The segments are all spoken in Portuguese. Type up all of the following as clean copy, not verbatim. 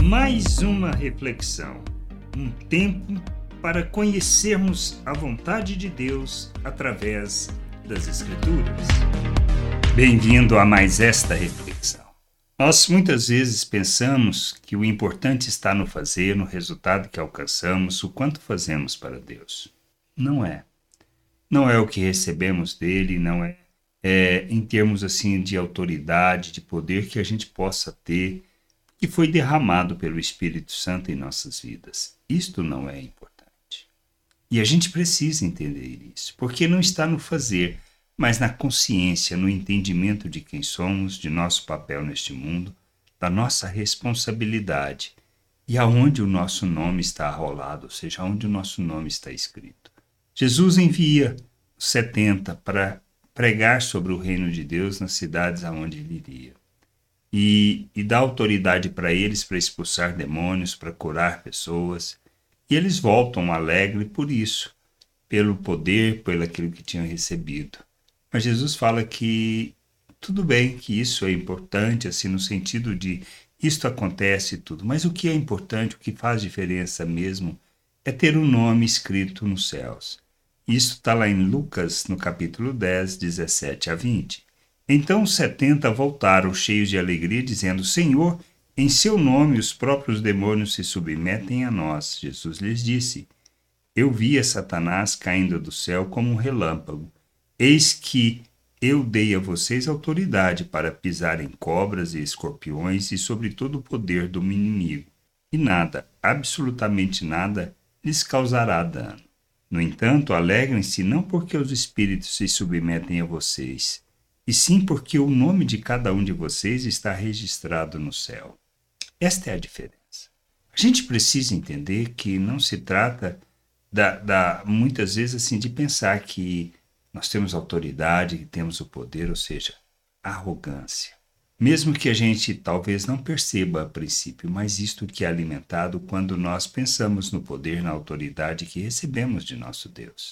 Mais uma reflexão, um tempo para conhecermos a vontade de Deus através das Escrituras. Bem-vindo a mais esta reflexão. Nós muitas vezes pensamos que o importante está no fazer, no resultado que alcançamos, o quanto fazemos para Deus. Não é. Não é o que recebemos dele, não é, em termos assim de autoridade, de poder que a gente possa ter, que foi derramado pelo Espírito Santo em nossas vidas. Isto não é importante. E a gente precisa entender isso, porque não está no fazer, mas na consciência, no entendimento de quem somos, de nosso papel neste mundo, da nossa responsabilidade e aonde o nosso nome está arrolado, ou seja, aonde o nosso nome está escrito. Jesus envia os 70 para pregar sobre o reino de Deus nas cidades aonde ele iria. E dá autoridade para eles para expulsar demônios, para curar pessoas. E eles voltam alegres por isso, pelo poder, pelo aquilo que tinham recebido. Mas Jesus fala que tudo bem, que isso é importante, assim, no sentido de isto acontece e tudo. Mas o que é importante, o que faz diferença mesmo, é ter um nome escrito nos céus. Isso está lá em Lucas, no capítulo 10, 17 a 20. Então os 70 voltaram cheios de alegria, dizendo: Senhor, em seu nome os próprios demônios se submetem a nós. Jesus lhes disse: Eu via Satanás caindo do céu como um relâmpago. Eis que eu dei a vocês autoridade para pisar em cobras e escorpiões e sobre todo o poder do inimigo. E nada, absolutamente nada, lhes causará dano. No entanto, alegrem-se não porque os espíritos se submetem a vocês, e sim porque o nome de cada um de vocês está registrado no céu. Esta é a diferença. A gente precisa entender que não se trata muitas vezes assim de pensar que nós temos autoridade, que temos o poder, ou seja, arrogância. Mesmo que a gente talvez não perceba a princípio, mas isto que é alimentado quando nós pensamos no poder, na autoridade que recebemos de nosso Deus.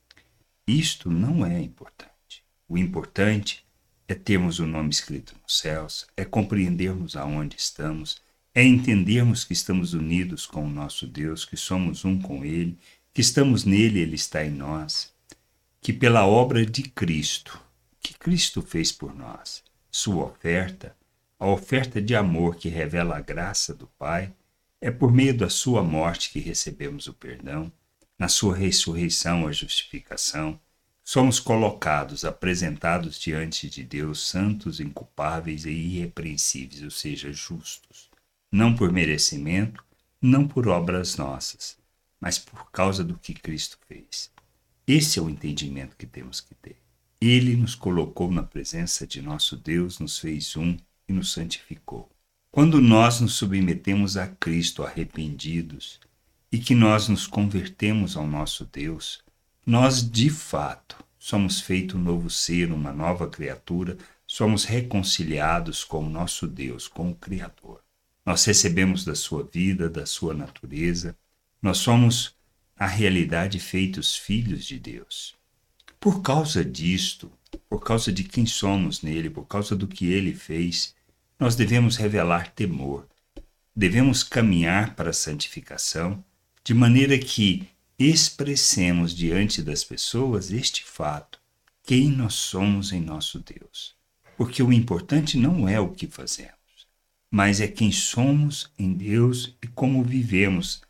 Isto não é importante. O importante é termos o nome escrito nos céus, é compreendermos aonde estamos, é entendermos que estamos unidos com o nosso Deus, que somos um com Ele, que estamos nele, Ele está em nós, que pela obra de Cristo, que Cristo fez por nós, sua oferta, a oferta de amor que revela a graça do Pai, é por meio da sua morte que recebemos o perdão, na sua ressurreição a justificação. Somos colocados, apresentados diante de Deus, santos, inculpáveis e irrepreensíveis, ou seja, justos. Não por merecimento, não por obras nossas, mas por causa do que Cristo fez. Esse é o entendimento que temos que ter. Ele nos colocou na presença de nosso Deus, nos fez um e nos santificou. Quando nós nos submetemos a Cristo arrependidos e que nós nos convertemos ao nosso Deus, nós, de fato, somos feito um novo ser, uma nova criatura, somos reconciliados com o nosso Deus, com o Criador. Nós recebemos da sua vida, da sua natureza, nós somos, a realidade, feitos filhos de Deus. Por causa disto, por causa de quem somos nele, por causa do que ele fez, nós devemos revelar temor, devemos caminhar para a santificação, de maneira que expressemos diante das pessoas este fato, quem nós somos em nosso Deus. Porque o importante não é o que fazemos, mas é quem somos em Deus e como vivemos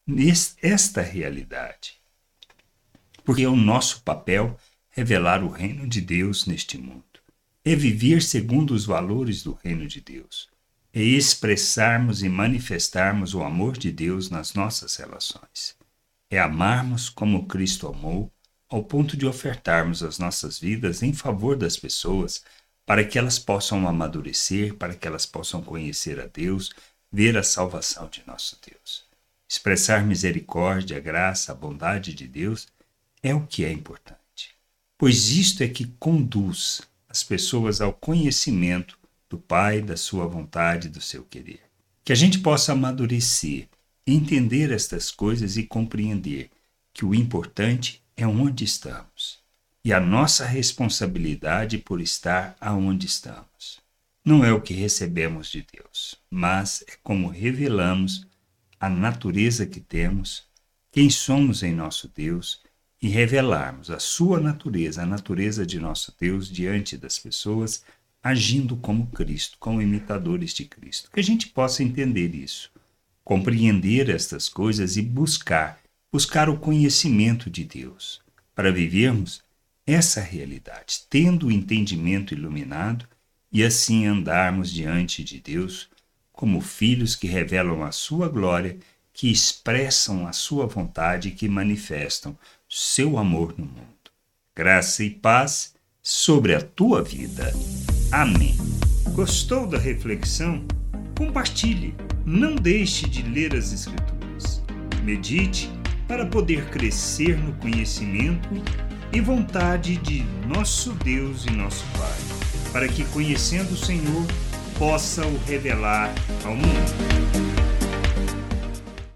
esta realidade. Porque é o nosso papel revelar o reino de Deus neste mundo. É viver segundo os valores do reino de Deus. É expressarmos e manifestarmos o amor de Deus nas nossas relações. É amarmos como Cristo amou, ao ponto de ofertarmos as nossas vidas em favor das pessoas, para que elas possam amadurecer, para que elas possam conhecer a Deus, ver a salvação de nosso Deus. Expressar misericórdia, graça, a bondade de Deus é o que é importante, pois isto é que conduz as pessoas ao conhecimento do Pai, da sua vontade, do seu querer. Que a gente possa amadurecer, entender estas coisas e compreender que o importante é onde estamos e a nossa responsabilidade por estar aonde estamos. não é o que recebemos de Deus, mas é como revelamos a natureza que temos, quem somos em nosso Deus, e revelarmos a sua natureza, a natureza de nosso Deus diante das pessoas, agindo como Cristo, como imitadores de Cristo. Que a gente possa entender isso, compreender estas coisas e buscar o conhecimento de Deus, para vivermos essa realidade, tendo o entendimento iluminado e assim andarmos diante de Deus como filhos que revelam a sua glória, que expressam a sua vontade e que manifestam seu amor no mundo. Graça e paz sobre a tua vida. Amém. Gostou da reflexão? Compartilhe. Não deixe de ler as Escrituras. Medite para poder crescer no conhecimento e vontade de nosso Deus e nosso Pai, para que, conhecendo o Senhor, possa o revelar ao mundo.